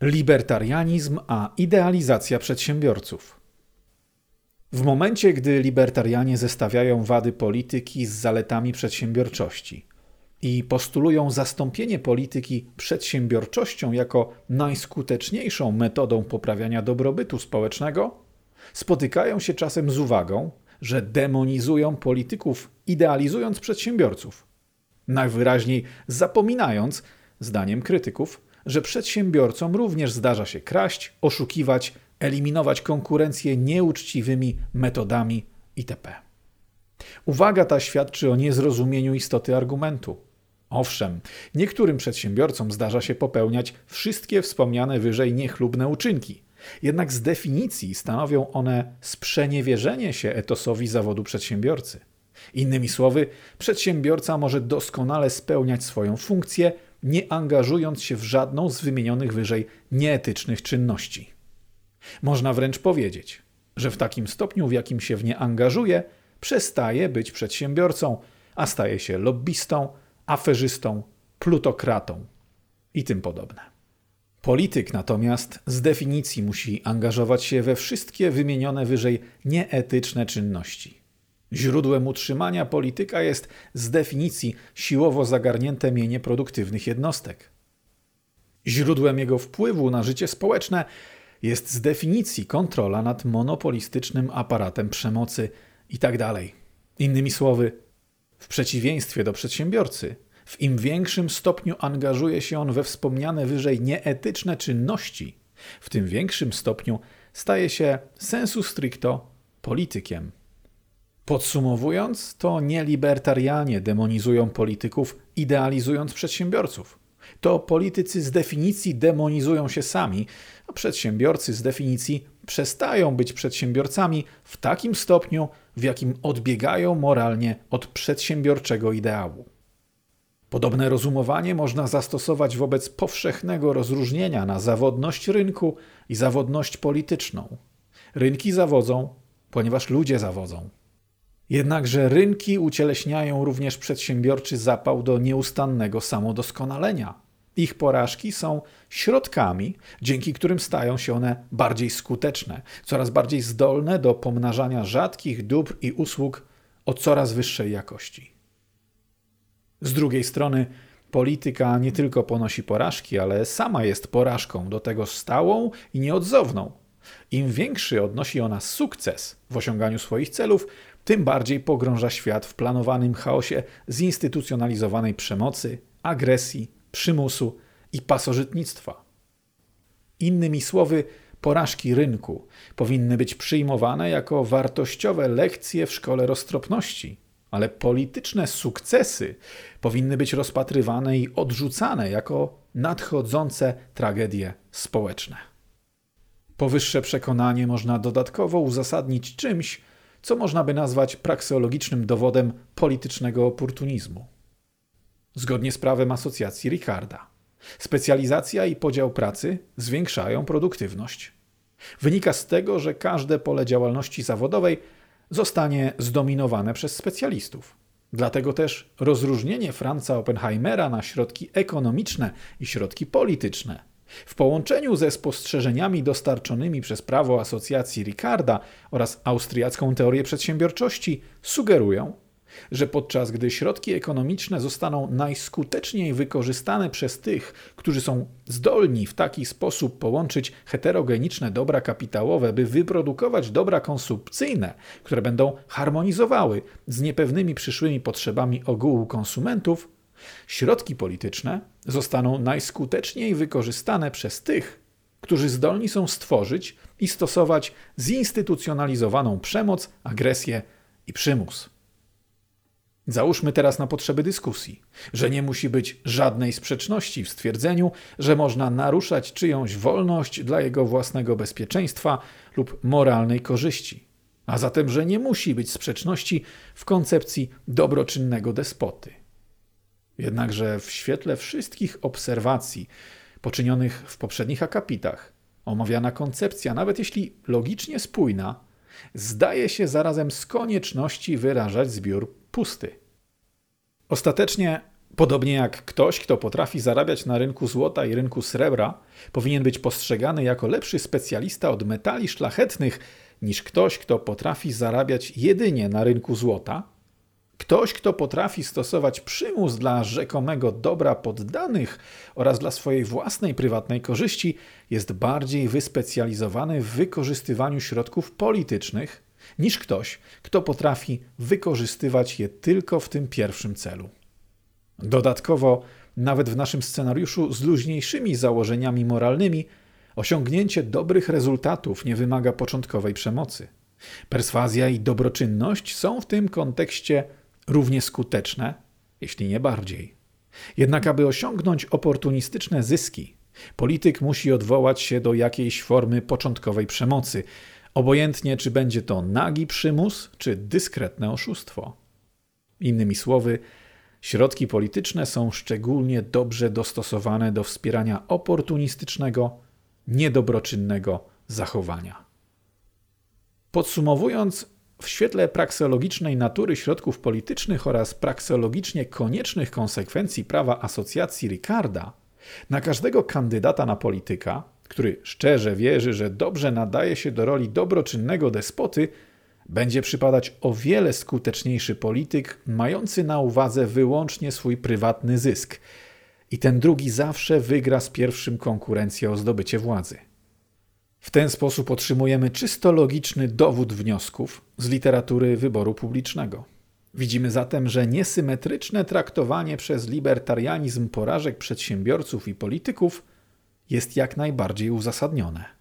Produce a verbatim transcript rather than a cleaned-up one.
Libertarianizm a idealizacja przedsiębiorców. W momencie, gdy libertarianie zestawiają wady polityki z zaletami przedsiębiorczości i postulują zastąpienie polityki przedsiębiorczością jako najskuteczniejszą metodą poprawiania dobrobytu społecznego, spotykają się czasem z uwagą, że demonizują polityków, idealizując przedsiębiorców. Najwyraźniej zapominając, zdaniem krytyków, że przedsiębiorcom również zdarza się kraść, oszukiwać, eliminować konkurencję nieuczciwymi metodami itp. Uwaga ta świadczy o niezrozumieniu istoty argumentu. Owszem, niektórym przedsiębiorcom zdarza się popełniać wszystkie wspomniane wyżej niechlubne uczynki, jednak z definicji stanowią one sprzeniewierzenie się etosowi zawodu przedsiębiorcy. Innymi słowy, przedsiębiorca może doskonale spełniać swoją funkcję, nie angażując się w żadną z wymienionych wyżej nieetycznych czynności. Można wręcz powiedzieć, że w takim stopniu, w jakim się w nie angażuje, przestaje być przedsiębiorcą, a staje się lobbystą, aferzystą, plutokratą i tym podobne. Polityk natomiast z definicji musi angażować się we wszystkie wymienione wyżej nieetyczne czynności. Źródłem utrzymania polityka jest z definicji siłowo zagarnięte mienie produktywnych jednostek. Źródłem jego wpływu na życie społeczne jest z definicji kontrola nad monopolistycznym aparatem przemocy itd. Innymi słowy, w przeciwieństwie do przedsiębiorcy, w im większym stopniu angażuje się on we wspomniane wyżej nieetyczne czynności, w tym większym stopniu staje się sensu stricto politykiem. Podsumowując, to nie libertarianie demonizują polityków, idealizując przedsiębiorców. To politycy z definicji demonizują się sami, a przedsiębiorcy z definicji przestają być przedsiębiorcami w takim stopniu, w jakim odbiegają moralnie od przedsiębiorczego ideału. Podobne rozumowanie można zastosować wobec powszechnego rozróżnienia na zawodność rynku i zawodność polityczną. Rynki zawodzą, ponieważ ludzie zawodzą. Jednakże rynki ucieleśniają również przedsiębiorczy zapał do nieustannego samodoskonalenia. Ich porażki są środkami, dzięki którym stają się one bardziej skuteczne, coraz bardziej zdolne do pomnażania rzadkich dóbr i usług o coraz wyższej jakości. Z drugiej strony polityka nie tylko ponosi porażki, ale sama jest porażką, do tego stałą i nieodzowną. Im większy odnosi ona sukces w osiąganiu swoich celów, tym bardziej pogrąża świat w planowanym chaosie zinstytucjonalizowanej przemocy, agresji, przymusu i pasożytnictwa. Innymi słowy, porażki rynku powinny być przyjmowane jako wartościowe lekcje w szkole roztropności, ale polityczne sukcesy powinny być rozpatrywane i odrzucane jako nadchodzące tragedie społeczne. Powyższe przekonanie można dodatkowo uzasadnić czymś, co można by nazwać prakseologicznym dowodem politycznego oportunizmu. Zgodnie z prawem asocjacji Ricarda, specjalizacja i podział pracy zwiększają produktywność. Wynika z tego, że każde pole działalności zawodowej zostanie zdominowane przez specjalistów. Dlatego też rozróżnienie Franza Oppenheimera na środki ekonomiczne i środki polityczne w połączeniu ze spostrzeżeniami dostarczonymi przez prawo asocjacji Ricarda oraz austriacką teorię przedsiębiorczości sugerują, że podczas gdy środki ekonomiczne zostaną najskuteczniej wykorzystane przez tych, którzy są zdolni w taki sposób połączyć heterogeniczne dobra kapitałowe, by wyprodukować dobra konsumpcyjne, które będą harmonizowały z niepewnymi przyszłymi potrzebami ogółu konsumentów, środki polityczne zostaną najskuteczniej wykorzystane przez tych, którzy zdolni są stworzyć i stosować zinstytucjonalizowaną przemoc, agresję i przymus. Załóżmy teraz na potrzeby dyskusji, że nie musi być żadnej sprzeczności w stwierdzeniu, że można naruszać czyjąś wolność dla jego własnego bezpieczeństwa lub moralnej korzyści, a zatem, że nie musi być sprzeczności w koncepcji dobroczynnego despoty. Jednakże w świetle wszystkich obserwacji poczynionych w poprzednich akapitach, omawiana koncepcja, nawet jeśli logicznie spójna, zdaje się zarazem z konieczności wyrażać zbiór pusty. Ostatecznie Podobnie jak ktoś, kto potrafi zarabiać na rynku złota i rynku srebra, powinien być postrzegany jako lepszy specjalista od metali szlachetnych niż ktoś, kto potrafi zarabiać jedynie na rynku złota. Ktoś, kto potrafi stosować przymus dla rzekomego dobra poddanych oraz dla swojej własnej prywatnej korzyści, jest bardziej wyspecjalizowany w wykorzystywaniu środków politycznych niż ktoś, kto potrafi wykorzystywać je tylko w tym pierwszym celu. Dodatkowo, nawet w naszym scenariuszu z luźniejszymi założeniami moralnymi, osiągnięcie dobrych rezultatów nie wymaga początkowej przemocy. Perswazja i dobroczynność są w tym kontekście równie skuteczne, jeśli nie bardziej. Jednak aby osiągnąć oportunistyczne zyski, polityk musi odwołać się do jakiejś formy początkowej przemocy, obojętnie czy będzie to nagi przymus, czy dyskretne oszustwo. Innymi słowy, środki polityczne są szczególnie dobrze dostosowane do wspierania oportunistycznego, niedobroczynnego zachowania. Podsumowując, w świetle prakseologicznej natury środków politycznych oraz prakseologicznie koniecznych konsekwencji prawa asocjacji Ricarda, na każdego kandydata na polityka, który szczerze wierzy, że dobrze nadaje się do roli dobroczynnego despoty, będzie przypadać o wiele skuteczniejszy polityk mający na uwadze wyłącznie swój prywatny zysk. I ten drugi zawsze wygra z pierwszym konkurencję o zdobycie władzy. W ten sposób otrzymujemy czysto logiczny dowód wniosków z literatury wyboru publicznego. Widzimy zatem, że niesymetryczne traktowanie przez libertarianizm porażek przedsiębiorców i polityków jest jak najbardziej uzasadnione.